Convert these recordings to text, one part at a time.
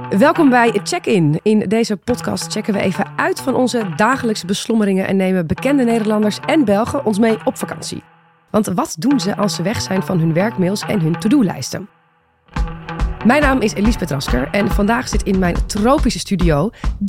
Welkom bij Check-in. In deze podcast checken we even uit van onze dagelijkse beslommeringen en nemen bekende Nederlanders en Belgen ons mee op vakantie. Want wat doen ze als ze weg zijn van hun werkmails en hun to-do-lijsten? Mijn naam is Elise Rasker en vandaag zit in mijn tropische studio D.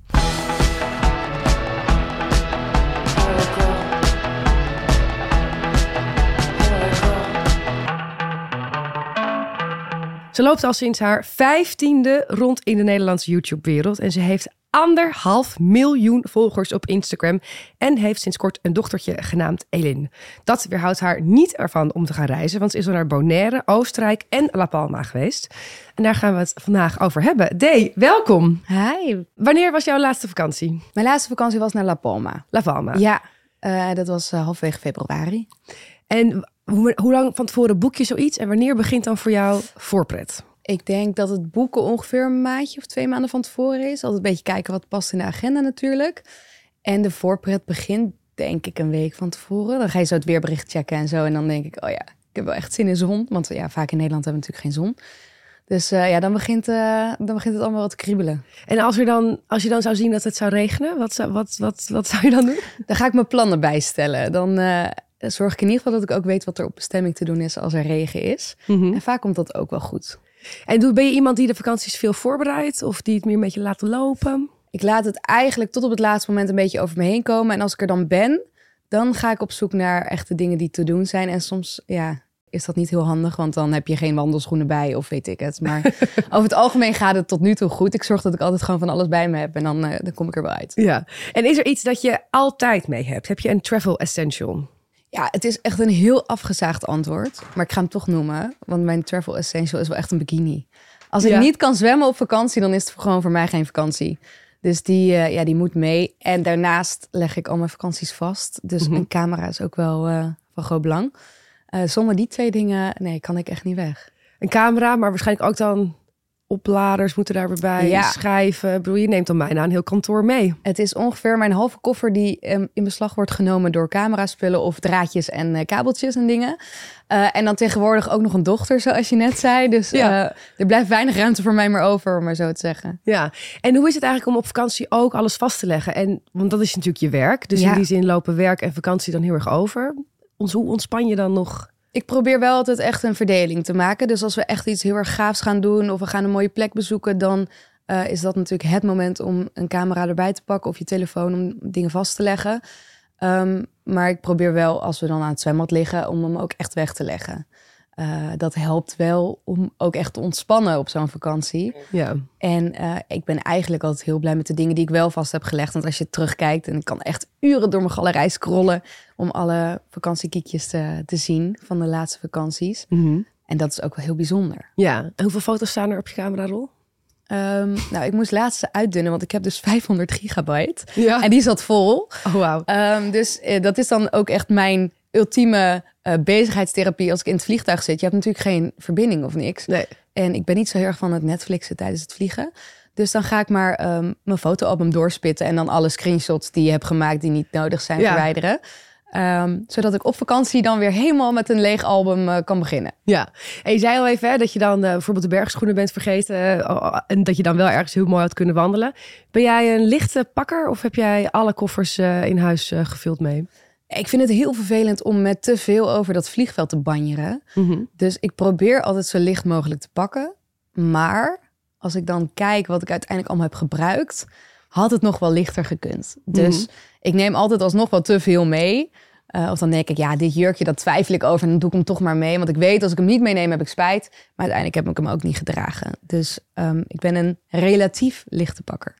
Ze loopt al sinds haar 15e rond in de Nederlandse YouTube-wereld en ze heeft 1,5 miljoen volgers op Instagram en heeft sinds kort een dochtertje genaamd Elin. Dat weerhoudt haar niet ervan om te gaan reizen, want ze is al naar Bonaire, Oostenrijk en La Palma geweest. En daar gaan we het vandaag over hebben. D, welkom. Hi. Wanneer was jouw laatste vakantie? Mijn laatste vakantie was naar La Palma. La Palma. Ja, dat was halfwege februari. En hoe lang van tevoren boek je zoiets en wanneer begint dan voor jou voorpret? Ik denk dat het boeken ongeveer een maandje of 2 maanden van tevoren is. Altijd een beetje kijken wat past in de agenda natuurlijk. En de voorpret begint denk ik een week van tevoren. Dan ga je zo het weerbericht checken en zo. En dan denk ik, oh ja, ik heb wel echt zin in zon. Want ja, vaak in Nederland hebben we natuurlijk geen zon. Dus dan begint het allemaal wat te kriebelen. En als je dan zou zien dat het zou regenen, wat zou je dan doen? Dan ga ik mijn plannen bijstellen. Dan zorg ik in ieder geval dat ik ook weet wat er op bestemming te doen is als er regen is. Mm-hmm. En vaak komt dat ook wel goed. En ben je iemand die de vakanties veel voorbereidt of die het meer een beetje laat lopen? Ik laat het eigenlijk tot op het laatste moment een beetje over me heen komen. En als ik er dan ben, dan ga ik op zoek naar echte dingen die te doen zijn. En soms is dat niet heel handig, want dan heb je geen wandelschoenen bij of weet ik het. Maar over het algemeen gaat het tot nu toe goed. Ik zorg dat ik altijd gewoon van alles bij me heb en dan kom ik er wel uit. Ja. En is er iets dat je altijd mee hebt? Heb je een travel essential? Ja, het is echt een heel afgezaagd antwoord. Maar ik ga hem toch noemen, want mijn travel essential is wel echt een bikini. Als ik niet kan zwemmen op vakantie, dan is het gewoon voor mij geen vakantie. Dus die moet mee. En daarnaast leg ik al mijn vakanties vast. Dus een camera is ook wel van groot belang. Zonder die 2 dingen, kan ik echt niet weg. Een camera, maar waarschijnlijk ook dan opladers moeten daar weer bij, schijven. Ik bedoel, je neemt dan bijna een heel kantoor mee. Het is ongeveer mijn halve koffer die in beslag wordt genomen door cameraspullen of draadjes en kabeltjes en dingen. En dan tegenwoordig ook nog een dochter, zoals je net zei. Dus er blijft weinig ruimte voor mij meer over, om maar zo te zeggen. Ja, en hoe is het eigenlijk om op vakantie ook alles vast te leggen? Want dat is natuurlijk je werk. Dus in die zin lopen werk en vakantie dan heel erg over. Hoe ontspan je dan nog? Ik probeer wel altijd echt een verdeling te maken. Dus als we echt iets heel erg gaafs gaan doen of we gaan een mooie plek bezoeken, dan is dat natuurlijk het moment om een camera erbij te pakken of je telefoon om dingen vast te leggen. Maar ik probeer wel, als we dan aan het zwembad liggen, om hem ook echt weg te leggen. Dat helpt wel om ook echt te ontspannen op zo'n vakantie. Ja. En ik ben eigenlijk altijd heel blij met de dingen die ik wel vast heb gelegd. Want als je terugkijkt, en ik kan echt uren door mijn galerij scrollen om alle vakantiekiekjes te zien van de laatste vakanties. Mm-hmm. En dat is ook wel heel bijzonder. Ja, en hoeveel foto's staan er op je camerarol? Ik moest laatst uitdunnen, want ik heb dus 500 gigabyte. Ja. En die zat vol. Oh, wow. Dus dat is dan ook echt mijn ultieme bezigheidstherapie als ik in het vliegtuig zit. Je hebt natuurlijk geen verbinding of niks. Nee. En ik ben niet zo heel erg van het Netflixen tijdens het vliegen. Dus dan ga ik maar mijn fotoalbum doorspitten en dan alle screenshots die je hebt gemaakt die niet nodig zijn verwijderen. Zodat ik op vakantie dan weer helemaal met een leeg album kan beginnen. Ja, en je zei al even dat je dan bijvoorbeeld de bergschoenen bent vergeten en dat je dan wel ergens heel mooi had kunnen wandelen. Ben jij een lichte pakker of heb jij alle koffers in huis gevuld mee? Ik vind het heel vervelend om met te veel over dat vliegveld te banjeren. Mm-hmm. Dus ik probeer altijd zo licht mogelijk te pakken. Maar als ik dan kijk wat ik uiteindelijk allemaal heb gebruikt, had het nog wel lichter gekund. Dus ik neem altijd alsnog wel te veel mee. Of dan denk ik, dit jurkje, dat twijfel ik over en dan doe ik hem toch maar mee. Want ik weet, als ik hem niet meeneem, heb ik spijt. Maar uiteindelijk heb ik hem ook niet gedragen. Dus ik ben een relatief lichte pakker.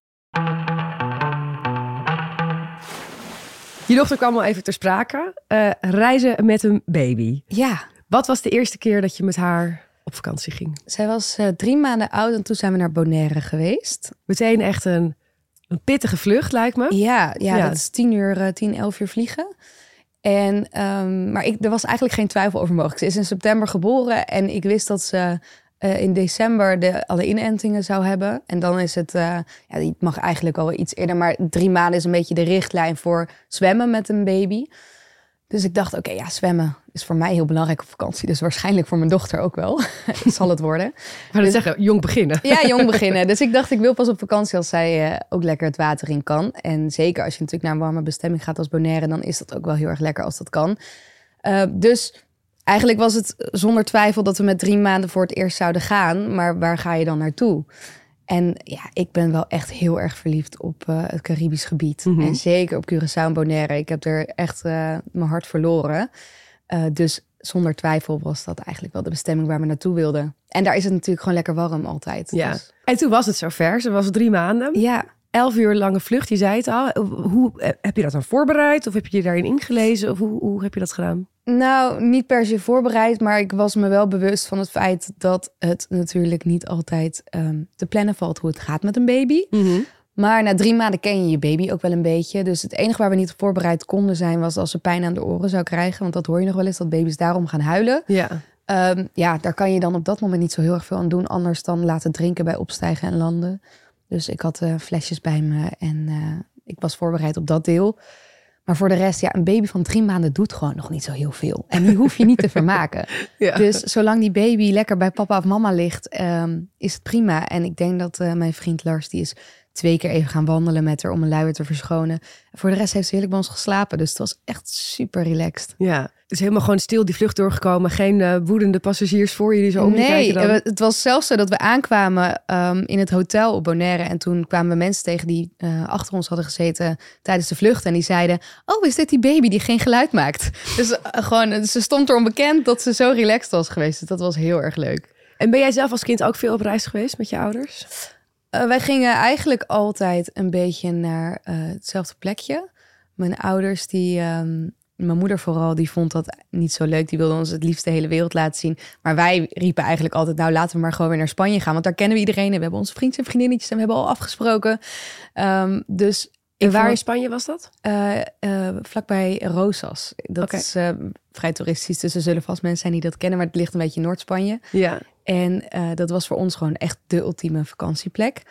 Je dochter kwam al even ter sprake. Reizen met een baby. Ja. Wat was de eerste keer dat je met haar op vakantie ging? Zij was 3 maanden oud en toen zijn we naar Bonaire geweest. Meteen echt een pittige vlucht, lijkt me. Ja, dat is 10, 11 uur vliegen. Maar er was eigenlijk geen twijfel over mogelijk. Ze is in september geboren en ik wist dat ze in december alle inentingen zou hebben. En dan is het, die mag eigenlijk al iets eerder, maar 3 maanden is een beetje de richtlijn voor zwemmen met een baby. Dus ik dacht, oké, zwemmen is voor mij heel belangrijk op vakantie. Dus waarschijnlijk voor mijn dochter ook wel. Zal het worden. Maar dat zeggen, jong beginnen. Ja, jong beginnen. Dus ik dacht, ik wil pas op vakantie als zij ook lekker het water in kan. En zeker als je natuurlijk naar een warme bestemming gaat als Bonaire, dan is dat ook wel heel erg lekker als dat kan. Dus eigenlijk was het zonder twijfel dat we met 3 maanden voor het eerst zouden gaan. Maar waar ga je dan naartoe? En ja, ik ben wel echt heel erg verliefd op het Caribisch gebied. Mm-hmm. En zeker op Curaçao en Bonaire. Ik heb er echt mijn hart verloren. Dus zonder twijfel was dat eigenlijk wel de bestemming waar we naartoe wilden. En daar is het natuurlijk gewoon lekker warm altijd. Ja. Dus. En toen was het zover. Ze was 3 maanden. Ja. 11 uur lange vlucht, je zei het al. Hoe heb je dat dan voorbereid? Of heb je je daarin ingelezen? Of hoe heb je dat gedaan? Nou, niet per se voorbereid, maar ik was me wel bewust van het feit dat het natuurlijk niet altijd te plannen valt hoe het gaat met een baby. Mm-hmm. Maar na 3 maanden ken je je baby ook wel een beetje. Dus het enige waar we niet op voorbereid konden zijn was als ze pijn aan de oren zou krijgen. Want dat hoor je nog wel eens, dat baby's daarom gaan huilen. Ja. Daar kan je dan op dat moment niet zo heel erg veel aan doen. Anders dan laten drinken bij opstijgen en landen. Dus ik had flesjes bij me en ik was voorbereid op dat deel. Maar voor de rest, ja, een baby van 3 maanden doet gewoon nog niet zo heel veel. En die hoef je niet te vermaken. Ja. Dus zolang die baby lekker bij papa of mama ligt, is het prima. En ik denk dat mijn vriend Lars, die is 2 keer even gaan wandelen met haar om een luier te verschonen. En voor de rest heeft ze heerlijk bij ons geslapen. Dus het was echt super relaxed. Ja, dus helemaal gewoon stil die vlucht doorgekomen. Geen woedende passagiers voor je die zo om je kijken dan? Nee, het was zelfs zo dat we aankwamen in het hotel op Bonaire. En toen kwamen we mensen tegen die achter ons hadden gezeten tijdens de vlucht. En die zeiden, oh, is dit die baby die geen geluid maakt? Dus ze stond er onbekend dat ze zo relaxed was geweest. Dus dat was heel erg leuk. En ben jij zelf als kind ook veel op reis geweest met je ouders? Wij gingen eigenlijk altijd een beetje naar hetzelfde plekje. Mijn ouders, mijn moeder vooral, die vond dat niet zo leuk. Die wilde ons het liefst de hele wereld laten zien. Maar wij riepen eigenlijk altijd, nou laten we maar gewoon weer naar Spanje gaan. Want daar kennen we iedereen en we hebben onze vriendjes en vriendinnetjes en we hebben al afgesproken. Waar in Spanje was dat? Vlakbij Rosas. Dat is vrij toeristisch, dus er zullen vast mensen zijn die dat kennen. Maar het ligt een beetje in Noord-Spanje. Ja. En dat was voor ons gewoon echt de ultieme vakantieplek.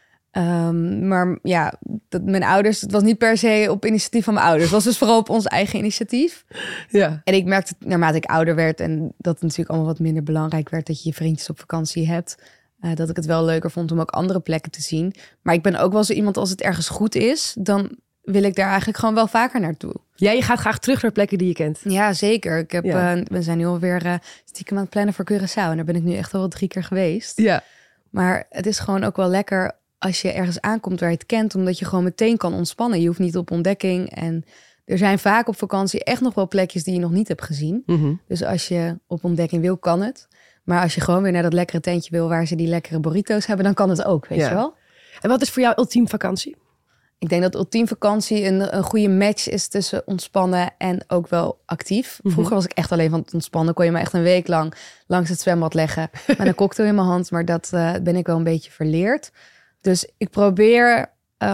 Maar ja, mijn ouders, het was niet per se op initiatief van mijn ouders. Het was dus vooral op ons eigen initiatief. Ja. En ik merkte naarmate ik ouder werd en dat het natuurlijk allemaal wat minder belangrijk werd dat je je vriendjes op vakantie hebt, dat ik het wel leuker vond om ook andere plekken te zien. Maar ik ben ook wel zo iemand, als het ergens goed is, dan wil ik daar eigenlijk gewoon wel vaker naartoe. Ja, je gaat graag terug naar plekken die je kent. Ja, zeker. We zijn nu alweer stiekem aan het plannen voor Curaçao. En daar ben ik nu echt al wel 3 keer geweest. Ja. Maar het is gewoon ook wel lekker als je ergens aankomt waar je het kent, omdat je gewoon meteen kan ontspannen. Je hoeft niet op ontdekking. En er zijn vaak op vakantie echt nog wel plekjes die je nog niet hebt gezien. Mm-hmm. Dus als je op ontdekking wil, kan het. Maar als je gewoon weer naar dat lekkere tentje wil waar ze die lekkere burrito's hebben, dan kan het ook, weet je wel. En wat is voor jou ultiem vakantie? Ik denk dat ultiem vakantie een goede match is tussen ontspannen en ook wel actief. Vroeger was ik echt alleen van het ontspannen. Kon je me echt een week lang langs het zwembad leggen met een cocktail in mijn hand. Maar dat ben ik wel een beetje verleerd. Dus ik probeer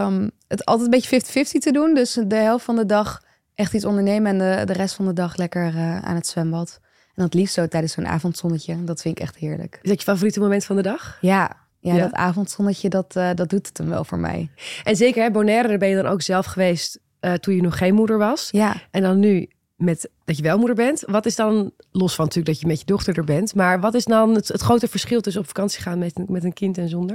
het altijd een beetje 50-50 te doen. Dus de helft van de dag echt iets ondernemen en de rest van de dag lekker aan het zwembad. En dat liefst zo tijdens zo'n avondzonnetje. Dat vind ik echt heerlijk. Is dat je favoriete moment van de dag? Ja, dat avondzonnetje, dat doet het hem wel voor mij. En zeker, hè, Bonaire, daar ben je dan ook zelf geweest toen je nog geen moeder was. Ja. En dan nu met dat je wel moeder bent. Wat is dan, los van natuurlijk dat je met je dochter er bent, maar wat is dan het grote verschil tussen op vakantie gaan met een kind en zonder?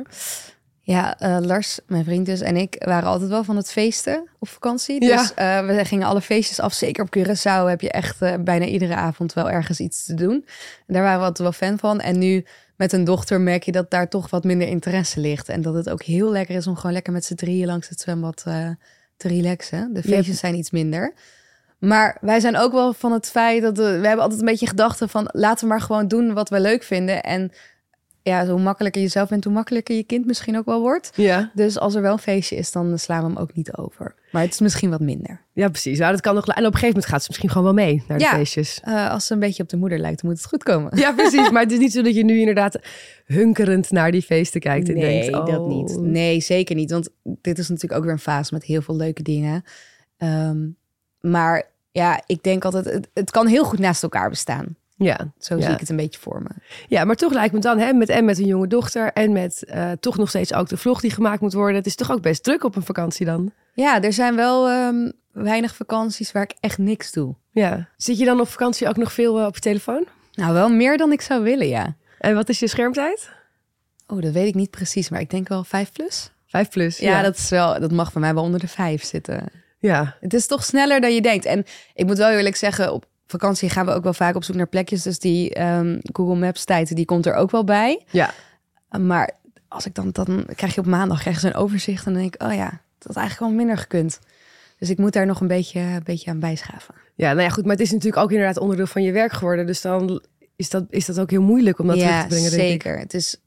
Ja, Lars, mijn vriend dus, en ik waren altijd wel van het feesten op vakantie. Dus we gingen alle feestjes af. Zeker op Curaçao heb je echt bijna iedere avond wel ergens iets te doen. En daar waren we altijd wel fan van. En nu met een dochter merk je dat daar toch wat minder interesse ligt. En dat het ook heel lekker is om gewoon lekker met z'n drieën langs het zwembad te relaxen. De feestjes zijn iets minder. Maar wij zijn ook wel van het feit dat we hebben altijd een beetje gedachten van laten we maar gewoon doen wat we leuk vinden. En ja, hoe makkelijker je zelf bent, hoe makkelijker je kind misschien ook wel wordt. Ja. Dus als er wel een feestje is, dan slaan we hem ook niet over. Maar het is misschien wat minder. Ja, precies. Nou, dat kan nog. En op een gegeven moment gaat ze misschien gewoon wel mee naar de feestjes. Als ze een beetje op de moeder lijkt, dan moet het goed komen. Ja, precies. Maar het is niet zo dat je nu inderdaad hunkerend naar die feesten kijkt. En denkt, dat niet. Nee, zeker niet. Want dit is natuurlijk ook weer een fase met heel veel leuke dingen. Maar ja, ik denk altijd, het kan heel goed naast elkaar bestaan. Ja. Zo zie ik het een beetje voor me. Ja, maar toch lijkt me dan met een jonge dochter en met toch nog steeds ook de vlog die gemaakt moet worden. Het is toch ook best druk op een vakantie dan? Ja, er zijn wel weinig vakanties waar ik echt niks doe. Ja. Zit je dan op vakantie ook nog veel op je telefoon? Nou, wel meer dan ik zou willen, ja. En wat is je schermtijd? Oh, dat weet ik niet precies, maar ik denk wel 5+. 5+. Ja, dat mag bij mij wel onder de 5 zitten. Ja. Het is toch sneller dan je denkt. En ik moet wel eerlijk zeggen, op vakantie gaan we ook wel vaak op zoek naar plekjes. Dus die Google Maps tijd, die komt er ook wel bij. Ja. Maar als ik dan krijg je op maandag zo'n overzicht en dan denk ik, oh ja, dat had eigenlijk wel minder gekund. Dus ik moet daar nog een beetje aan bijschaven. Ja, nou ja, goed. Maar het is natuurlijk ook inderdaad onderdeel van je werk geworden. Dus dan is dat ook heel moeilijk om dat terug te brengen, denk ik. Zeker.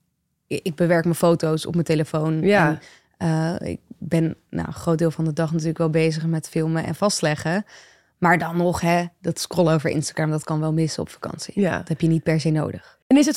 Ik bewerk mijn foto's op mijn telefoon. Ja. En, ik ben een groot deel van de dag natuurlijk wel bezig met filmen en vastleggen. Maar dan nog, dat scrollen over Instagram, dat kan wel missen op vakantie. Ja. Dat heb je niet per se nodig. En is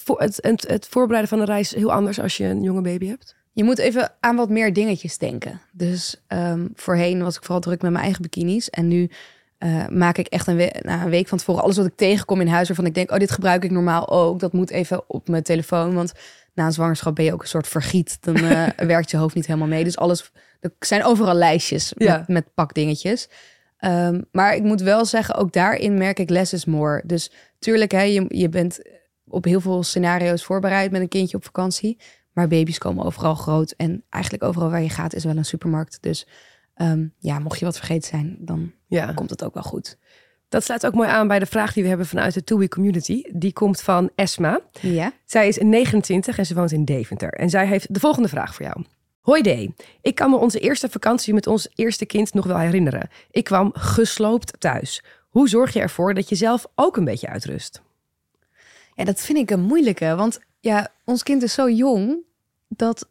het voorbereiden van een reis heel anders als je een jonge baby hebt? Je moet even aan wat meer dingetjes denken. Dus voorheen was ik vooral druk met mijn eigen bikinis. En nu maak ik echt een week van tevoren alles wat ik tegenkom in huis, waarvan ik denk, dit gebruik ik normaal ook. Dat moet even op mijn telefoon, want na een zwangerschap ben je ook een soort vergiet. Dan werkt je hoofd niet helemaal mee. Dus er zijn overal lijstjes met pakdingetjes. Maar ik moet wel zeggen, ook daarin merk ik less is more. Dus tuurlijk, je bent op heel veel scenario's voorbereid met een kindje op vakantie. Maar baby's komen overal groot. En eigenlijk overal waar je gaat is wel een supermarkt. Dus mocht je wat vergeten zijn, dan komt het ook wel goed. Dat sluit ook mooi aan bij de vraag die we hebben vanuit de TUI community. Die komt van Esma. Ja. Zij is 29 en ze woont in Deventer. En zij heeft de volgende vraag voor jou. Hoi Dee, ik kan me onze eerste vakantie met ons eerste kind nog wel herinneren. Ik kwam gesloopt thuis. Hoe zorg je ervoor dat je zelf ook een beetje uitrust? Ja, dat vind ik een moeilijke. Want ons kind is zo jong dat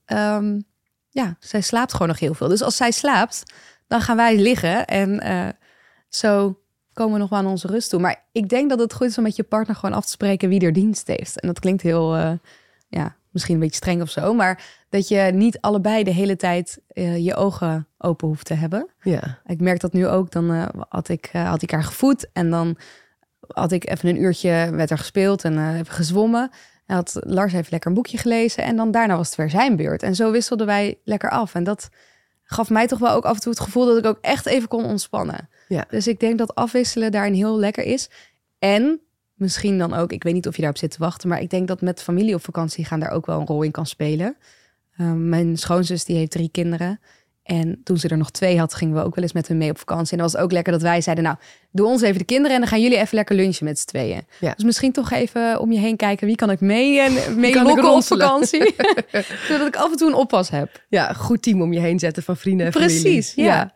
zij slaapt gewoon nog heel veel. Dus als zij slaapt, dan gaan wij liggen. En zo komen we nog wel aan onze rust toe. Maar ik denk dat het goed is om met je partner gewoon af te spreken wie er dienst heeft. En dat klinkt heel, misschien een beetje streng of zo. Maar dat je niet allebei de hele tijd je ogen open hoeft te hebben. Ja. Ik merk dat nu ook. Dan had ik haar gevoed. En dan had ik even een uurtje met haar gespeeld en even gezwommen. En Lars heeft lekker een boekje gelezen. En dan daarna was het weer zijn beurt. En zo wisselden wij lekker af. En dat gaf mij toch wel ook af en toe het gevoel dat ik ook echt even kon ontspannen. Ja. Dus ik denk dat afwisselen daarin heel lekker is. En misschien dan ook, ik weet niet of je daarop zit te wachten, maar ik denk dat met familie op vakantie gaan daar ook wel een rol in kan spelen. Mijn schoonzus die heeft 3 kinderen. En toen ze er nog 2 had, gingen we ook wel eens met hun mee op vakantie. En dan was het ook lekker dat wij zeiden, nou, doe ons even de kinderen en dan gaan jullie even lekker lunchen met z'n tweeën. Ja. Dus misschien toch even om je heen kijken, wie kan ik mee en mee lokken op vakantie. Zodat ik af en toe een oppas heb. Ja, goed team om je heen zetten van vrienden en familie. Precies, ja.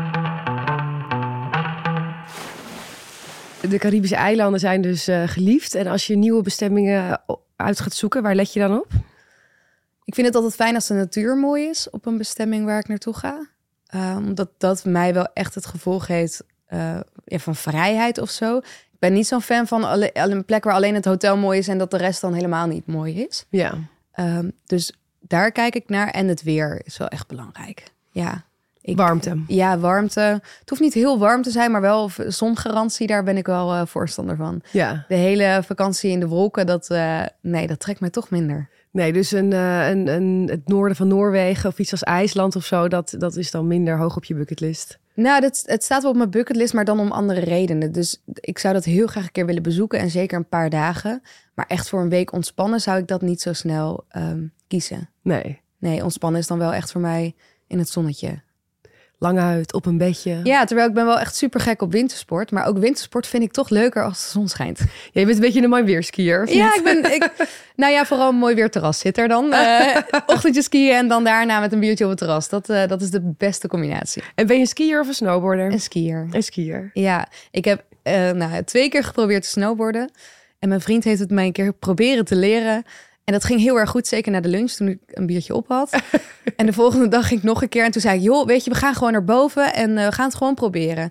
De Caribische eilanden zijn dus geliefd. En als je nieuwe bestemmingen uit gaat zoeken, waar let je dan op? Ik vind het altijd fijn als de natuur mooi is op een bestemming waar ik naartoe ga. Omdat dat mij wel echt het gevoel geeft van vrijheid of zo. Ik ben niet zo'n fan van een plek waar alleen het hotel mooi is en dat de rest dan helemaal niet mooi is. Ja. Dus daar kijk ik naar. En het weer is wel echt belangrijk. Ja. Warmte. Ja, warmte. Het hoeft niet heel warm te zijn, maar wel zongarantie. Daar ben ik wel voorstander van. Ja. De hele vakantie in de wolken, dat trekt mij toch minder. Nee, dus het noorden van Noorwegen of iets als IJsland of zo, dat is dan minder hoog op je bucketlist. Nou, het staat wel op mijn bucketlist, maar dan om andere redenen. Dus ik zou dat heel graag een keer willen bezoeken en zeker een paar dagen. Maar echt voor een week ontspannen zou ik dat niet zo snel kiezen. Nee, ontspannen is dan wel echt voor mij in het zonnetje. Lang uit, op een bedje. Ja, terwijl ik ben wel echt super gek op wintersport. Maar ook wintersport vind ik toch leuker als de zon schijnt. Ja, je bent een beetje een mooi weerskier. Ja, vooral een mooi weerterras zit er dan. Ochtendje skiën en dan daarna met een biertje op het terras. Dat is de beste combinatie. En ben je een skier of een snowboarder? Een skier. Ja, ik heb 2 keer geprobeerd te snowboarden. En mijn vriend heeft het mij een keer proberen te leren. En dat ging heel erg goed, zeker na de lunch, toen ik een biertje op had. En de volgende dag ging ik nog een keer. En toen zei ik, joh, weet je, we gaan gewoon naar boven en we gaan het gewoon proberen.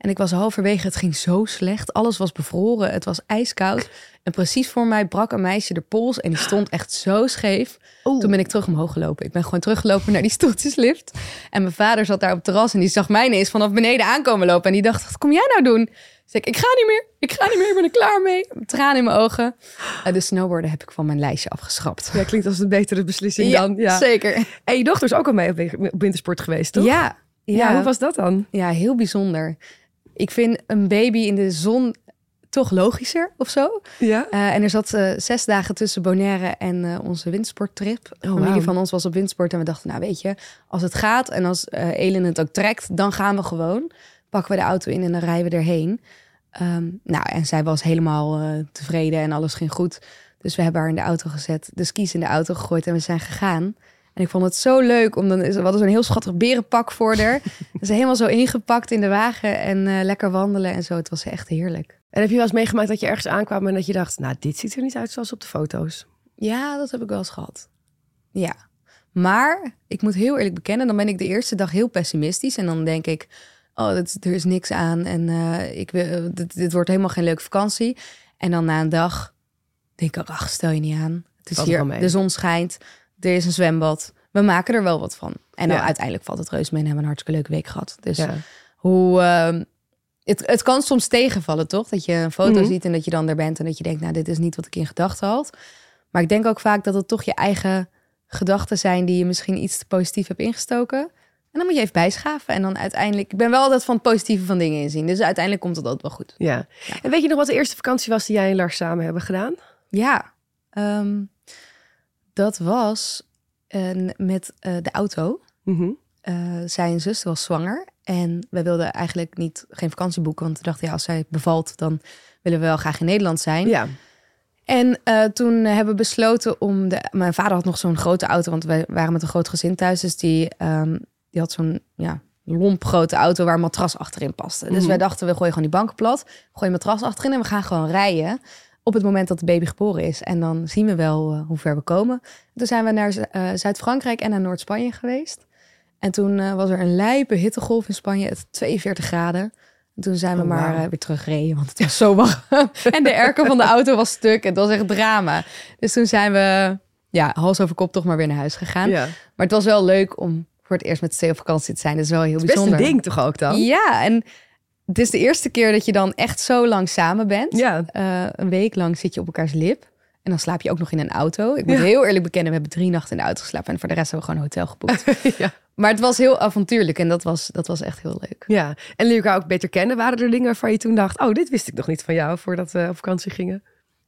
En ik was halverwege, het ging zo slecht. Alles was bevroren, het was ijskoud. En precies voor mij brak een meisje de pols en die stond echt zo scheef. Toen ben ik terug omhoog gelopen. Ik ben gewoon teruggelopen naar die stoeltjeslift. En mijn vader zat daar op het terras en die zag mij ineens vanaf beneden aankomen lopen. En die dacht, wat kom jij nou doen? Zeg ik ga niet meer, ik ben er klaar mee. Tranen in mijn ogen. De snowboarden heb ik van mijn lijstje afgeschrapt. Ja, klinkt als een betere beslissing dan. Ja, zeker. En je dochter is ook al mee op wintersport geweest, toch? Ja, hoe was dat dan? Ja, heel bijzonder. Ik vind een baby in de zon toch logischer of zo. Ja. En er zat 6 dagen tussen Bonaire en onze windsporttrip. De familie van ons was op windsport en we dachten, nou weet je, als het gaat en als Elin het ook trekt, dan gaan we gewoon. Pakken we de auto in en dan rijden we erheen. En zij was helemaal tevreden en alles ging goed. Dus we hebben haar in de auto gezet, de skis in de auto gegooid en we zijn gegaan. En ik vond het zo leuk, we hadden zo'n heel schattig berenpak voor haar. Ze helemaal zo ingepakt in de wagen en lekker wandelen en zo. Het was echt heerlijk. En heb je wel eens meegemaakt dat je ergens aankwam en dat je dacht, nou, dit ziet er niet uit zoals op de foto's? Ja, dat heb ik wel eens gehad. Ja. Maar ik moet heel eerlijk bekennen, dan ben ik de eerste dag heel pessimistisch. En dan denk ik, er is niks aan en dit wordt helemaal geen leuke vakantie. En dan na een dag denk ik, ach, stel je niet aan. Het is hier, de zon schijnt, er is een zwembad. We maken er wel wat van. En dan uiteindelijk valt het reuze mee en hebben we een hartstikke leuke week gehad. Dus het kan soms tegenvallen, toch? Dat je een foto ziet en dat je dan er bent en dat je denkt, nou, dit is niet wat ik in gedachten had. Maar ik denk ook vaak dat het toch je eigen gedachten zijn die je misschien iets te positief hebt ingestoken. En dan moet je even bijschaven. En dan uiteindelijk, ik ben wel altijd van het positieve van dingen inzien. Dus uiteindelijk komt het altijd wel goed. Ja. En weet je nog wat de eerste vakantie was die jij en Lars samen hebben gedaan? Ja, dat was met de auto. Zijn zus was zwanger. En we wilden eigenlijk geen vakantie boeken. Want we dachten, als zij bevalt, dan willen we wel graag in Nederland zijn. Ja. En toen hebben we besloten om mijn vader had nog zo'n grote auto, want wij waren met een groot gezin thuis. Dus die had zo'n lomp grote auto waar een matras achterin paste. Dus wij dachten, we gooien gewoon die banken plat, gooien een matras achterin en we gaan gewoon rijden op het moment dat de baby geboren is. En dan zien we wel hoe ver we komen. Toen zijn we naar Zuid-Frankrijk en naar Noord-Spanje geweest. En toen was er een lijpe hittegolf in Spanje, het 42 graden. En toen zijn we weer teruggereden, want het was zo warm. En de airco van de auto was stuk. Het was echt drama. Dus toen zijn we hals over kop toch maar weer naar huis gegaan. Ja. Maar het was wel leuk om voor het eerst met z'n tweeën op vakantie te zijn. Dat is wel heel bijzonder. Best een ding toch ook dan? Ja, en het is de eerste keer dat je dan echt zo lang samen bent. Ja. Een week lang zit je op elkaars lip. En dan slaap je ook nog in een auto. Ik moet heel eerlijk bekennen, we hebben 3 nachten in de auto geslapen. En voor de rest hebben we gewoon een hotel geboekt. Ja. Maar het was heel avontuurlijk en dat was echt heel leuk. Ja, en leer je elkaar ook beter kennen. Waren er dingen waarvan je toen dacht, dit wist ik nog niet van jou voordat we op vakantie gingen?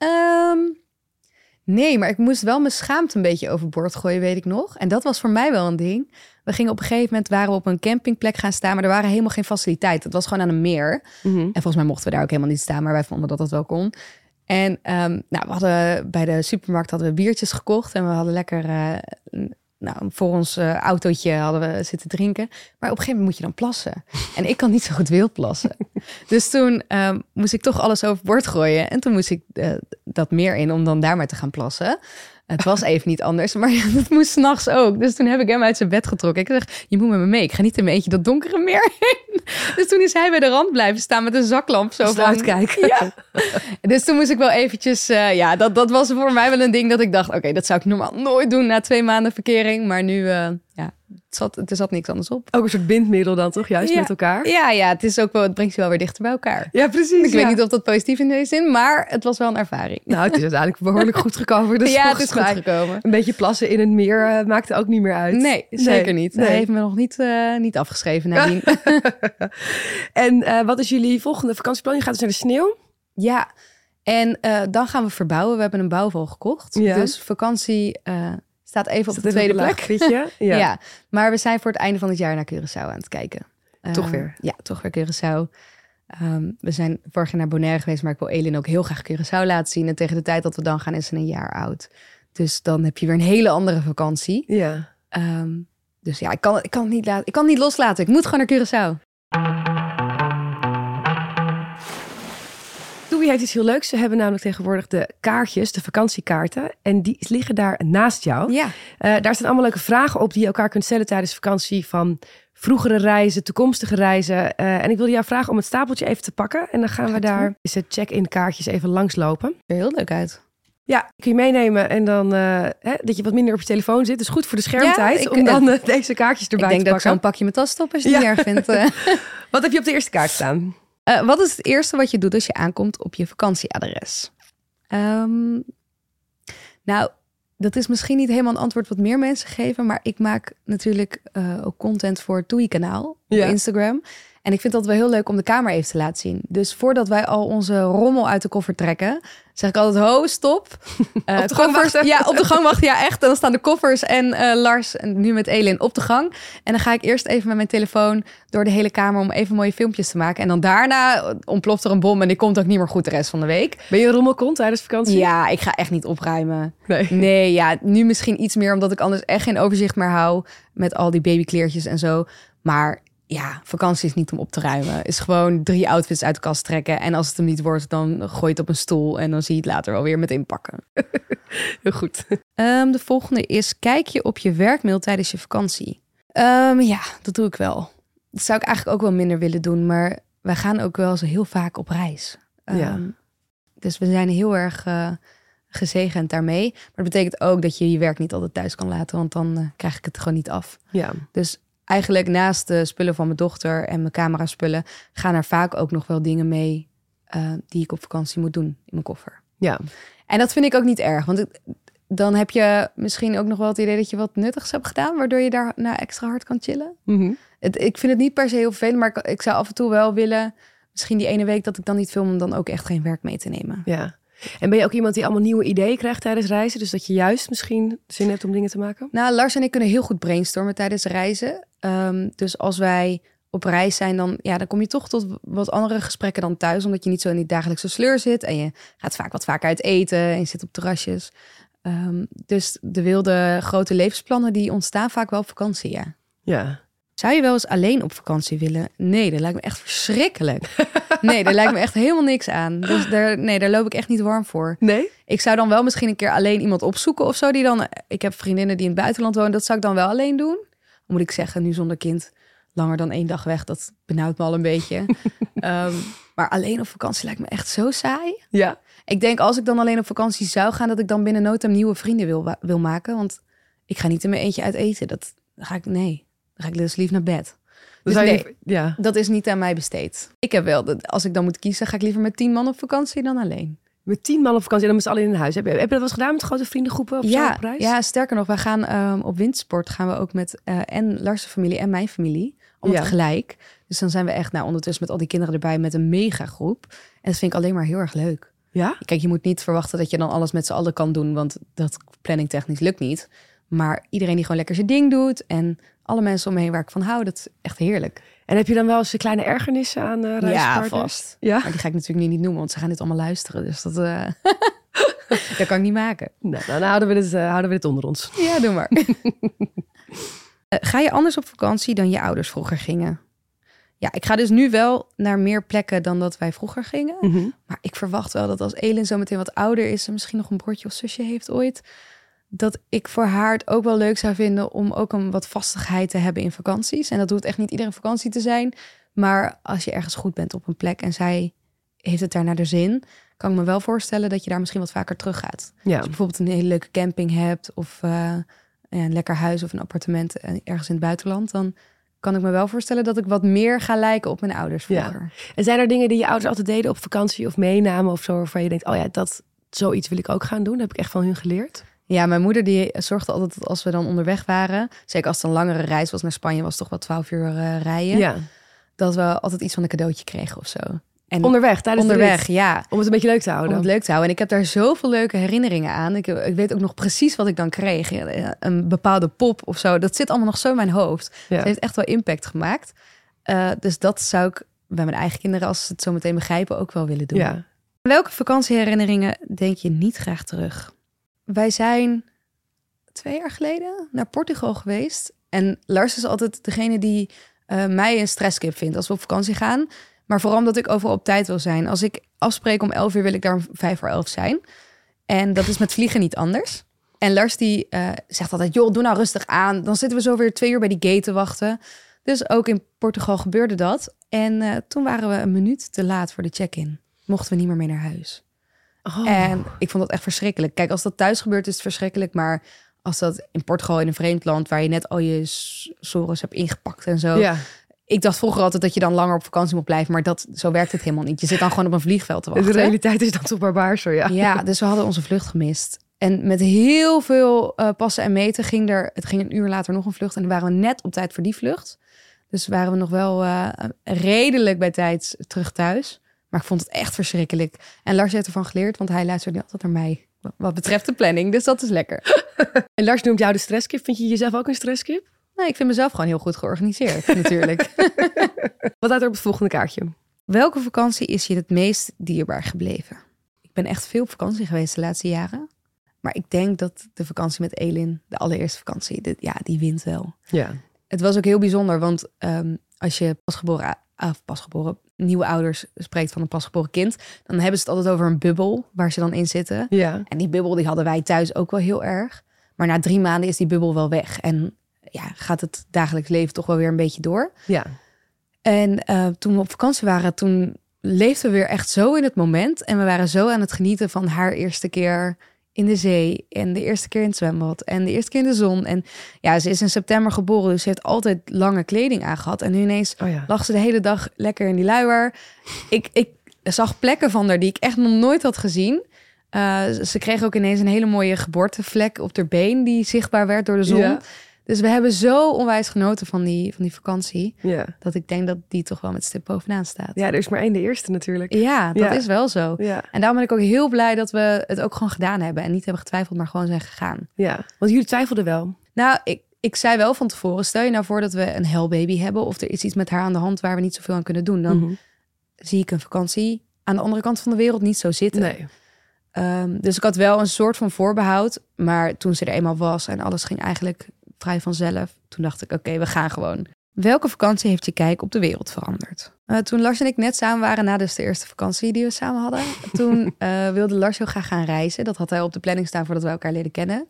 Nee, maar ik moest wel mijn schaamte een beetje overboord gooien, weet ik nog. En dat was voor mij wel een ding. We gingen op een gegeven moment, waren we op een campingplek gaan staan, maar er waren helemaal geen faciliteiten. Het was gewoon aan een meer. En volgens mij mochten we daar ook helemaal niet staan, maar wij vonden dat wel kon. En we hadden bij de supermarkt hadden we biertjes gekocht en we hadden lekker voor ons autootje hadden we zitten drinken. Maar op een gegeven moment moet je dan plassen. En ik kan niet zo goed wild plassen. Dus toen moest ik toch alles overboord gooien. En toen moest ik dat meer in om dan daar maar te gaan plassen. Het was even niet anders, maar dat moest 's nachts ook. Dus toen heb ik hem uit zijn bed getrokken. Ik zeg, je moet met me mee. Ik ga niet in mijn eentje dat donkere meer in. Dus toen is hij bij de rand blijven staan met een zaklamp. Zo van uitkijken. Ja. Dus toen moest ik wel eventjes... dat was voor mij wel een ding dat ik dacht... Oké, dat zou ik normaal nooit doen na 2 maanden verkering. Maar nu, er zat niks anders op. Ook een soort bindmiddel dan toch? Juist met elkaar? Ja, het is ook wel, het brengt je wel weer dichter bij elkaar. Ja, precies. Ik weet niet of dat positief in deze zin, maar het was wel een ervaring. Nou, het is uiteindelijk behoorlijk goed gekomen. Dus ja, het is goed gekomen. Een beetje plassen in een meer maakt ook niet meer uit. Nee, zeker niet. Hij heeft me nog niet afgeschreven nadien. En wat is jullie volgende vakantieplan? Je gaat dus naar de sneeuw? Ja, en dan gaan we verbouwen. We hebben een bouwval gekocht. Ja. Dus vakantie staat even op de tweede plek. Ja, maar we zijn voor het einde van het jaar naar Curaçao aan het kijken. Toch weer? Ja, toch weer Curaçao. We zijn vorig jaar naar Bonaire geweest, maar ik wil Elin ook heel graag Curaçao laten zien. En tegen de tijd dat we dan gaan is ze 1 jaar oud. Dus dan heb je weer een hele andere vakantie. Ja. Dus ja, ik kan het niet loslaten. Ik moet gewoon naar Curaçao. Doe TUI heeft iets heel leuks. Ze hebben namelijk tegenwoordig de kaartjes, de vakantiekaarten. En die liggen daar naast jou. Ja. Daar staan allemaal leuke vragen op die je elkaar kunt stellen tijdens vakantie. Van vroegere reizen, toekomstige reizen. En ik wilde jou vragen om het stapeltje even te pakken. En dan gaan we daar de check-in kaartjes even langslopen. Ziet er heel leuk uit. Ja, kun je meenemen en dan dat je wat minder op je telefoon zit. Dus goed voor de schermtijd om dan deze kaartjes erbij te pakken. Ik denk dat ik zo'n pakje met tas stop als je het niet erg vindt. Wat heb je op de eerste kaart staan? Wat is het eerste wat je doet als je aankomt op je vakantieadres? Nou, dat is misschien niet helemaal een antwoord wat meer mensen geven. Maar ik maak natuurlijk ook content voor het TUI-kanaal op Instagram. En ik vind dat wel heel leuk om de kamer even te laten zien. Dus voordat wij al onze rommel uit de koffer trekken, zeg ik altijd, ho, stop. Op de gang wachten. Ja, op de gang wachten. Ja, echt. En dan staan de koffers en Lars, en nu met Elin, op de gang. En dan ga ik eerst even met mijn telefoon door de hele kamer om even mooie filmpjes te maken. En dan daarna ontploft er een bom en die komt ook niet meer goed de rest van de week. Ben je een rommelkont tijdens vakantie? Ja, ik ga echt niet opruimen. Nee, ja, nu misschien iets meer, omdat ik anders echt geen overzicht meer hou met al die babykleertjes en zo. Maar ja, vakantie is niet om op te ruimen. Is gewoon 3 outfits uit de kast trekken. En als het hem niet wordt, dan gooi je het op een stoel. En dan zie je het later wel weer met inpakken. Heel goed. De volgende is, kijk je op je werkmail tijdens je vakantie? Ja, dat doe ik wel. Dat zou ik eigenlijk ook wel minder willen doen. Maar wij gaan ook wel zo heel vaak op reis. Dus we zijn heel erg gezegend daarmee. Maar dat betekent ook dat je je werk niet altijd thuis kan laten. Want dan krijg ik het gewoon niet af. Ja. Dus eigenlijk naast de spullen van mijn dochter en mijn camera-spullen gaan er vaak ook nog wel dingen mee die ik op vakantie moet doen in mijn koffer. Ja. En dat vind ik ook niet erg, want dan heb je misschien ook nog wel het idee dat je wat nuttigs hebt gedaan, waardoor je daarna extra hard kan chillen. Mm-hmm. Ik vind het niet per se heel vervelend, maar ik zou af en toe wel willen, misschien die ene week dat ik dan niet film, om dan ook echt geen werk mee te nemen. Ja. En ben je ook iemand die allemaal nieuwe ideeën krijgt tijdens reizen? Dus dat je juist misschien zin hebt om dingen te maken? Nou, Lars en ik kunnen heel goed brainstormen tijdens reizen. Dus als wij op reis zijn, dan kom je toch tot wat andere gesprekken dan thuis. Omdat je niet zo in die dagelijkse sleur zit. En je gaat vaak wat vaker uit eten en je zit op terrasjes. Dus de wilde grote levensplannen die ontstaan vaak wel op vakantie, ja. Ja. Zou je wel eens alleen op vakantie willen? Nee, dat lijkt me echt verschrikkelijk. Nee, daar lijkt me echt helemaal niks aan. Dus daar loop ik echt niet warm voor. Nee? Ik zou dan wel misschien een keer alleen iemand opzoeken of zo. Ik heb vriendinnen die in het buitenland wonen. Dat zou ik dan wel alleen doen. Moet ik zeggen, nu zonder kind langer dan 1 dag weg. Dat benauwt me al een beetje. Maar alleen op vakantie lijkt me echt zo saai. Ja. Ik denk als ik dan alleen op vakantie zou gaan, dat ik dan binnen no time nieuwe vrienden wil maken. Want ik ga niet in mijn eentje uit eten. Dan ga ik dus lief naar bed. Dus dat is niet aan mij besteed. Ik heb wel, als ik dan moet kiezen, ga ik liever met 10 man op vakantie dan alleen. Met 10 man op vakantie en dan met z'n allen in een huis. Heb je dat wel eens gedaan met grote vriendengroepen of zo op reis? Ja, sterker nog, wij gaan op windsport gaan we ook met en Lars' familie en mijn familie. Allemaal tegelijk. Dus dan zijn we echt ondertussen met al die kinderen erbij met een mega groep. En dat vind ik alleen maar heel erg leuk. Ja? Kijk, je moet niet verwachten dat je dan alles met z'n allen kan doen, want dat planningtechnisch lukt niet. Maar iedereen die gewoon lekker zijn ding doet en alle mensen om me heen waar ik van hou, dat is echt heerlijk. En heb je dan wel eens kleine ergernissen aan reispartners? Ja, vast. Ja? Maar die ga ik natuurlijk niet noemen, want ze gaan dit allemaal luisteren. Dus dat, dat kan ik niet maken. Nou, dan houden we dit onder ons. Ja, doe maar. Ga je anders op vakantie dan je ouders vroeger gingen? Ja, ik ga dus nu wel naar meer plekken dan dat wij vroeger gingen. Mm-hmm. Maar ik verwacht wel dat als Elin zo meteen wat ouder is en misschien nog een broertje of zusje heeft ooit, dat ik voor haar het ook wel leuk zou vinden om ook een wat vastigheid te hebben in vakanties. En dat hoeft echt niet iedere vakantie te zijn. Maar als je ergens goed bent op een plek en zij heeft het daar naar de zin, kan ik me wel voorstellen dat je daar misschien wat vaker terug gaat. Ja. Als je bijvoorbeeld een hele leuke camping hebt of een lekker huis of een appartement ergens in het buitenland, dan kan ik me wel voorstellen dat ik wat meer ga lijken op mijn ouders vroeger. Ja. En zijn er dingen die je ouders altijd deden op vakantie of meenamen of zo, waarvan je denkt, oh ja, zoiets wil ik ook gaan doen? Dat heb ik echt van hun geleerd. Ja, mijn moeder die zorgde altijd dat als we dan onderweg waren, zeker als het een langere reis was naar Spanje, was het toch wel 12 uur rijden. Ja. Dat we altijd iets van een cadeautje kregen of zo. En tijdens de rit, ja. Om het een beetje leuk te houden. Om het leuk te houden. En ik heb daar zoveel leuke herinneringen aan. Ik weet ook nog precies wat ik dan kreeg. Een bepaalde pop of zo. Dat zit allemaal nog zo in mijn hoofd. Ja. Het heeft echt wel impact gemaakt. Dus dat zou ik bij mijn eigen kinderen, als ze het zo meteen begrijpen, ook wel willen doen. Ja. Welke vakantieherinneringen denk je niet graag terug? Wij zijn 2 jaar geleden naar Portugal geweest. En Lars is altijd degene die mij een stresskip vindt als we op vakantie gaan. Maar vooral omdat ik overal op tijd wil zijn. Als ik afspreek om 11 uur, wil ik daar om 11:05 zijn. En dat is met vliegen niet anders. En Lars die zegt altijd, joh, doe nou rustig aan. Dan zitten we zo weer 2 uur bij die gate te wachten. Dus ook in Portugal gebeurde dat. En toen waren we een minuut te laat voor de check-in. Mochten we niet meer mee naar huis. Oh. En ik vond dat echt verschrikkelijk. Kijk, als dat thuis gebeurt is het verschrikkelijk. Maar als dat in Portugal, in een vreemd land... waar je net al je sores hebt ingepakt en zo... Ja. Ik dacht vroeger altijd dat je dan langer op vakantie moet blijven. Maar zo werkt het helemaal niet. Je zit dan gewoon op een vliegveld te wachten. De realiteit is dan toch barbaars zo, ja. Ja, dus we hadden onze vlucht gemist. En met heel veel passen en meten ging het ging een uur later nog een vlucht. En dan waren we net op tijd voor die vlucht. Dus waren we nog wel redelijk bij tijd terug thuis. Maar ik vond het echt verschrikkelijk. En Lars heeft ervan geleerd, want hij luistert niet altijd naar mij. Wat betreft de planning, dus dat is lekker. En Lars noemt jou de stresskip. Vind je jezelf ook een stresskip? Nee, ik vind mezelf gewoon heel goed georganiseerd, natuurlijk. Wat staat er op het volgende kaartje? Welke vakantie is je het meest dierbaar gebleven? Ik ben echt veel op vakantie geweest de laatste jaren. Maar ik denk dat de vakantie met Elin, de allereerste vakantie, die wint wel. Ja. Het was ook heel bijzonder, want als je pasgeboren nieuwe ouders spreekt van een pasgeboren kind, dan hebben ze het altijd over een bubbel waar ze dan in zitten. Ja. En die bubbel die hadden wij thuis ook wel heel erg. Maar na 3 maanden is die bubbel wel weg. En ja, gaat het dagelijks leven toch wel weer een beetje door. Ja. En toen we op vakantie waren, toen leefden we weer echt zo in het moment. En we waren zo aan het genieten van haar eerste keer in de zee. En de eerste keer in het zwembad. En de eerste keer in de zon. En ja, ze is in september geboren, dus ze heeft altijd lange kleding aangehad. En nu ineens lag ze de hele dag lekker in die luier. Ik zag plekken van haar die ik echt nog nooit had gezien. Ze kreeg ook ineens een hele mooie geboortevlek op haar been die zichtbaar werd door de zon. Ja. Dus we hebben zo onwijs genoten van die vakantie. Ja. Dat ik denk dat die toch wel met stip bovenaan staat. Ja, er is maar 1 de eerste natuurlijk. Ja, dat is wel zo. Ja. En daarom ben ik ook heel blij dat we het ook gewoon gedaan hebben. En niet hebben getwijfeld, maar gewoon zijn gegaan. Ja, want jullie twijfelden wel. Nou, ik zei wel van tevoren, stel je nou voor dat we een hellbaby hebben. Of er is iets met haar aan de hand waar we niet zoveel aan kunnen doen. Dan zie ik een vakantie aan de andere kant van de wereld niet zo zitten. Nee. Dus ik had wel een soort van voorbehoud. Maar toen ze er eenmaal was en alles ging eigenlijk vrij vanzelf. Toen dacht ik, oké, we gaan gewoon. Welke vakantie heeft je kijk op de wereld veranderd? Toen Lars en ik net samen waren, na dus de eerste vakantie die we samen hadden. Toen wilde Lars heel graag gaan reizen. Dat had hij op de planning staan voordat we elkaar leren kennen.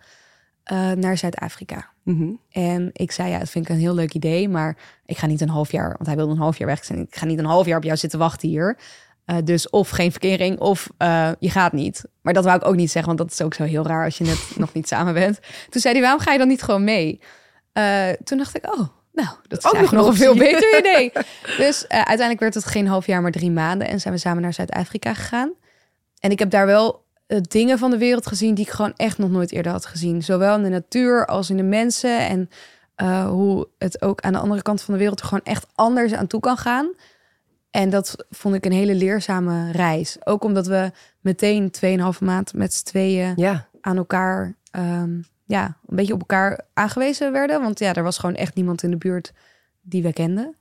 Naar Zuid-Afrika. Mm-hmm. En ik zei, ja, dat vind ik een heel leuk idee. Maar ik ga niet een half jaar, want hij wilde een half jaar weg zijn. Ik ga niet een half jaar op jou zitten wachten hier. Dus of geen verkering of je gaat niet. Maar dat wou ik ook niet zeggen, want dat is ook zo heel raar als je net nog niet samen bent. Toen zei hij, waarom ga je dan niet gewoon mee? Toen dacht ik, oh, nou, dat is ook nog een veel beter idee. Dus uiteindelijk werd het geen half jaar, maar 3 maanden. En zijn we samen naar Zuid-Afrika gegaan. En ik heb daar wel dingen van de wereld gezien die ik gewoon echt nog nooit eerder had gezien. Zowel in de natuur als in de mensen. En hoe het ook aan de andere kant van de wereld er gewoon echt anders aan toe kan gaan. En dat vond ik een hele leerzame reis. Ook omdat we meteen 2,5 maand met z'n tweeën aan elkaar, een beetje op elkaar aangewezen werden. Want ja, er was gewoon echt niemand in de buurt die we kenden.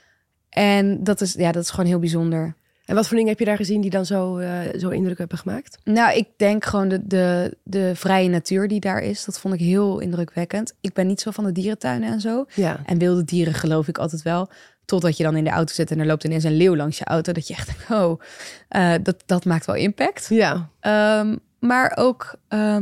En dat is gewoon heel bijzonder. En wat voor dingen heb je daar gezien die dan zo indruk hebben gemaakt? Nou, ik denk gewoon de vrije natuur die daar is. Dat vond ik heel indrukwekkend. Ik ben niet zo van de dierentuinen en zo. Ja. En wilde dieren geloof ik altijd wel. Totdat je dan in de auto zit en er loopt ineens een leeuw langs je auto. Dat je echt denkt, dat maakt wel impact. Ja. Maar ook,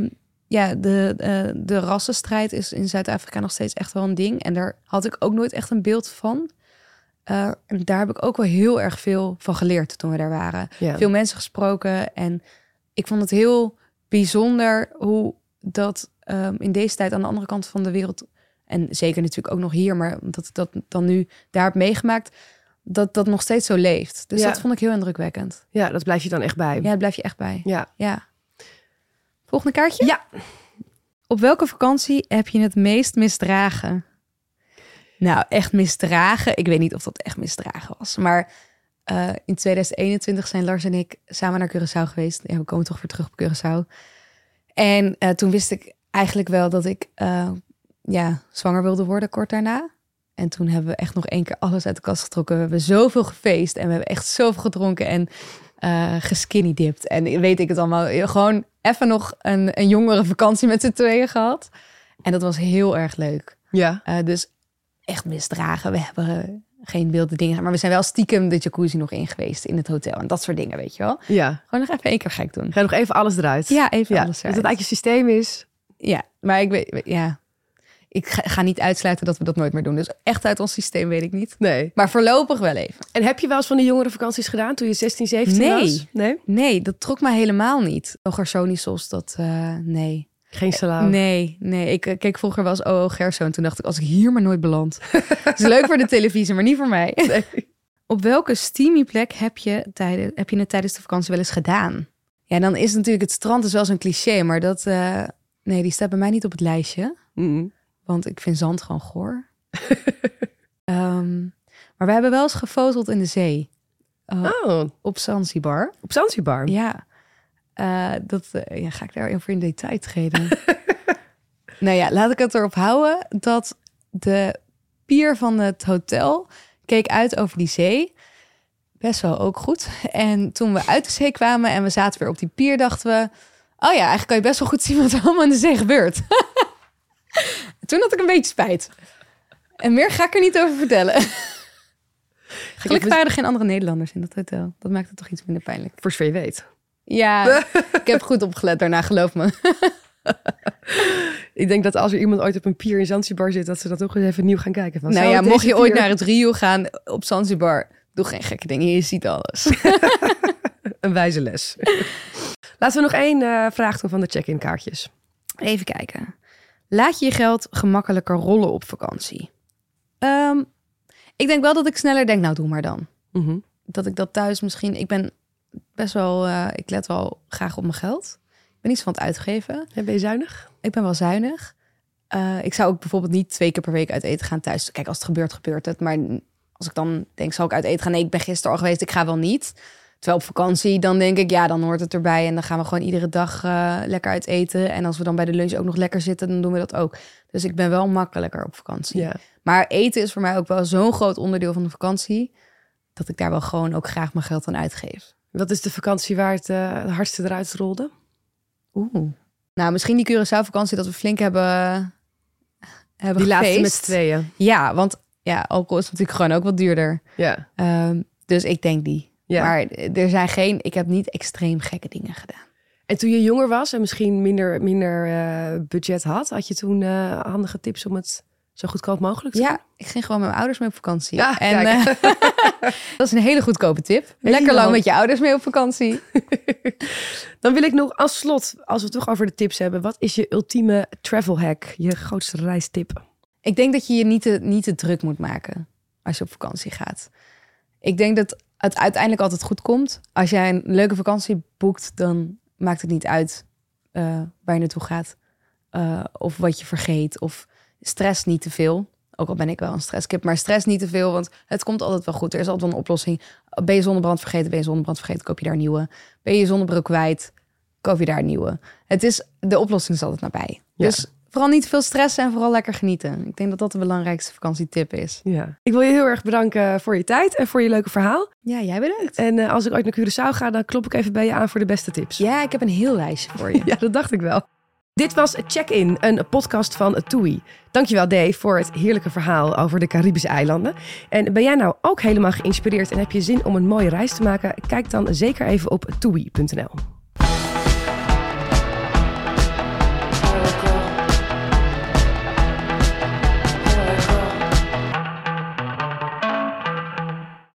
de rassenstrijd is in Zuid-Afrika nog steeds echt wel een ding. En daar had ik ook nooit echt een beeld van. En daar heb ik ook wel heel erg veel van geleerd toen we daar waren. Ja. Veel mensen gesproken. En ik vond het heel bijzonder hoe dat in deze tijd aan de andere kant van de wereld... en zeker natuurlijk ook nog hier, maar dat dan nu daar heb meegemaakt... dat nog steeds zo leeft. Dus dat vond ik heel indrukwekkend. Ja, dat blijf je dan echt bij. Ja, dat blijf je echt bij. Ja. Volgende kaartje? Ja. Op welke vakantie heb je het meest misdragen? Nou, echt misdragen. Ik weet niet of dat echt misdragen was. Maar in 2021 zijn Lars en ik samen naar Curaçao geweest. Ja, we komen toch weer terug op Curaçao. En toen wist ik eigenlijk wel dat ik zwanger wilde worden kort daarna. En toen hebben we echt nog 1 keer alles uit de kast getrokken. We hebben zoveel gefeest en we hebben echt zoveel gedronken en geskinny dipped. En weet ik het allemaal. Gewoon even nog een jongere vakantie met z'n tweeën gehad. En dat was heel erg leuk. Ja. Dus echt misdragen. We hebben geen wilde dingen. Maar we zijn wel stiekem de jacuzzi nog in geweest in het hotel. En dat soort dingen, weet je wel. Ja. Gewoon nog even 1 keer gek doen. Ga nog even alles eruit. Ja, even alles Dat eruit. het eigenlijk je systeem is. Ja, maar ik ga niet uitsluiten dat we dat nooit meer doen. Dus echt uit ons systeem weet ik niet. Nee. Maar voorlopig wel even. En heb je wel eens van de jongere vakanties gedaan toen je 16, 17 was? Nee. Nee, dat trok mij helemaal niet. Gersonisos, nee. Geen salau. Nee. Ik keek vroeger wel eens OO Gerso en toen dacht ik, als ik hier maar nooit beland. Het is leuk voor de televisie, maar niet voor mij. Nee. Op welke steamy plek heb je het tijdens de vakantie wel eens gedaan? Ja, dan is natuurlijk het strand is wel zo'n cliché, maar dat... die staat bij mij niet op het lijstje. Want ik vind zand gewoon goor. Maar we hebben wel eens gefoteld in de zee. Op Zanzibar. Op Zanzibar? Ja. Ga ik daar even in detail treden? Nou ja, laat ik het erop houden dat de pier van het hotel keek uit over die zee. Best wel ook goed. En toen we uit de zee kwamen en we zaten weer op die pier, dachten we... Oh ja, eigenlijk kan je best wel goed zien wat er allemaal in de zee gebeurt. Toen had ik een beetje spijt. En meer ga ik er niet over vertellen. Gelukkig waren er geen andere Nederlanders in dat hotel. Dat maakt het toch iets minder pijnlijk. Voor zover je weet. Ja, ik heb goed opgelet daarna, geloof me. Ik denk dat als er iemand ooit op een pier in Zanzibar zit, dat ze dat toch eens even nieuw gaan kijken. Van, Nou ja, mocht je ooit naar het Rio gaan op Zanzibar, doe geen gekke dingen. Je ziet alles. Een wijze les. Laten we nog 1 vraag doen van de check-in kaartjes. Even kijken. Laat je geld gemakkelijker rollen op vakantie? Ik denk wel dat ik sneller denk, nou doe maar dan. Mm-hmm. Dat ik dat thuis misschien... Ik ben best wel... ik let wel graag op mijn geld. Ik ben niet zo van het uitgeven. Ja, ben je zuinig? Ik ben wel zuinig. Ik zou ook bijvoorbeeld niet 2 keer per week uit eten gaan thuis. Kijk, als het gebeurt, gebeurt het. Maar als ik dan denk, zal ik uit eten gaan? Nee, ik ben gisteren al geweest, ik ga wel niet. Terwijl op vakantie, dan denk ik, ja, dan hoort het erbij. En dan gaan we gewoon iedere dag lekker uit eten. En als we dan bij de lunch ook nog lekker zitten, dan doen we dat ook. Dus ik ben wel makkelijker op vakantie. Ja. Maar eten is voor mij ook wel zo'n groot onderdeel van de vakantie, dat ik daar wel gewoon ook graag mijn geld aan uitgeef. Wat is de vakantie waar het hardste eruit rolde? Nou, misschien die Curaçao-vakantie dat we flink hebben Die gefeest. laatste met z'n tweeën. Ja, want ja, alcohol is natuurlijk gewoon ook wat duurder. Ja. Dus ik denk die. Ja. Maar ik heb niet extreem gekke dingen gedaan. En toen je jonger was en misschien minder budget had je toen handige tips om het zo goedkoop mogelijk te doen? Ja, ik ging gewoon met mijn ouders mee op vakantie. Ja, en dat is een hele goedkope tip. Lekker lang met je ouders mee op vakantie. Dan wil ik nog als slot, als we het toch over de tips hebben, wat is je ultieme travel hack? Je grootste reistip? Ik denk dat je je niet te druk moet maken als je op vakantie gaat. Ik denk dat het uiteindelijk altijd goed komt. Als jij een leuke vakantie boekt, dan maakt het niet uit waar je naartoe gaat. Of wat je vergeet. Of stress niet te veel. Ook al ben ik wel een stresskip, maar stress niet te veel, want het komt altijd wel goed. Er is altijd wel een oplossing. Ben je zonnebrand vergeten, koop je daar een nieuwe. Ben je je zonnebril kwijt, koop je daar een nieuwe. De oplossing is altijd nabij. Ja. Dus vooral niet te veel stressen en vooral lekker genieten. Ik denk dat dat de belangrijkste vakantietip is. Ja. Ik wil je heel erg bedanken voor je tijd en voor je leuke verhaal. Ja, jij bedankt. En als ik ooit naar Curaçao ga, dan klop ik even bij je aan voor de beste tips. Ja, ik heb een heel lijstje voor je. Ja, dat dacht ik wel. Dit was Check-in, een podcast van TUI. Dankjewel Dave voor het heerlijke verhaal over de Caribische eilanden. En ben jij nou ook helemaal geïnspireerd en heb je zin om een mooie reis te maken? Kijk dan zeker even op TUI.nl.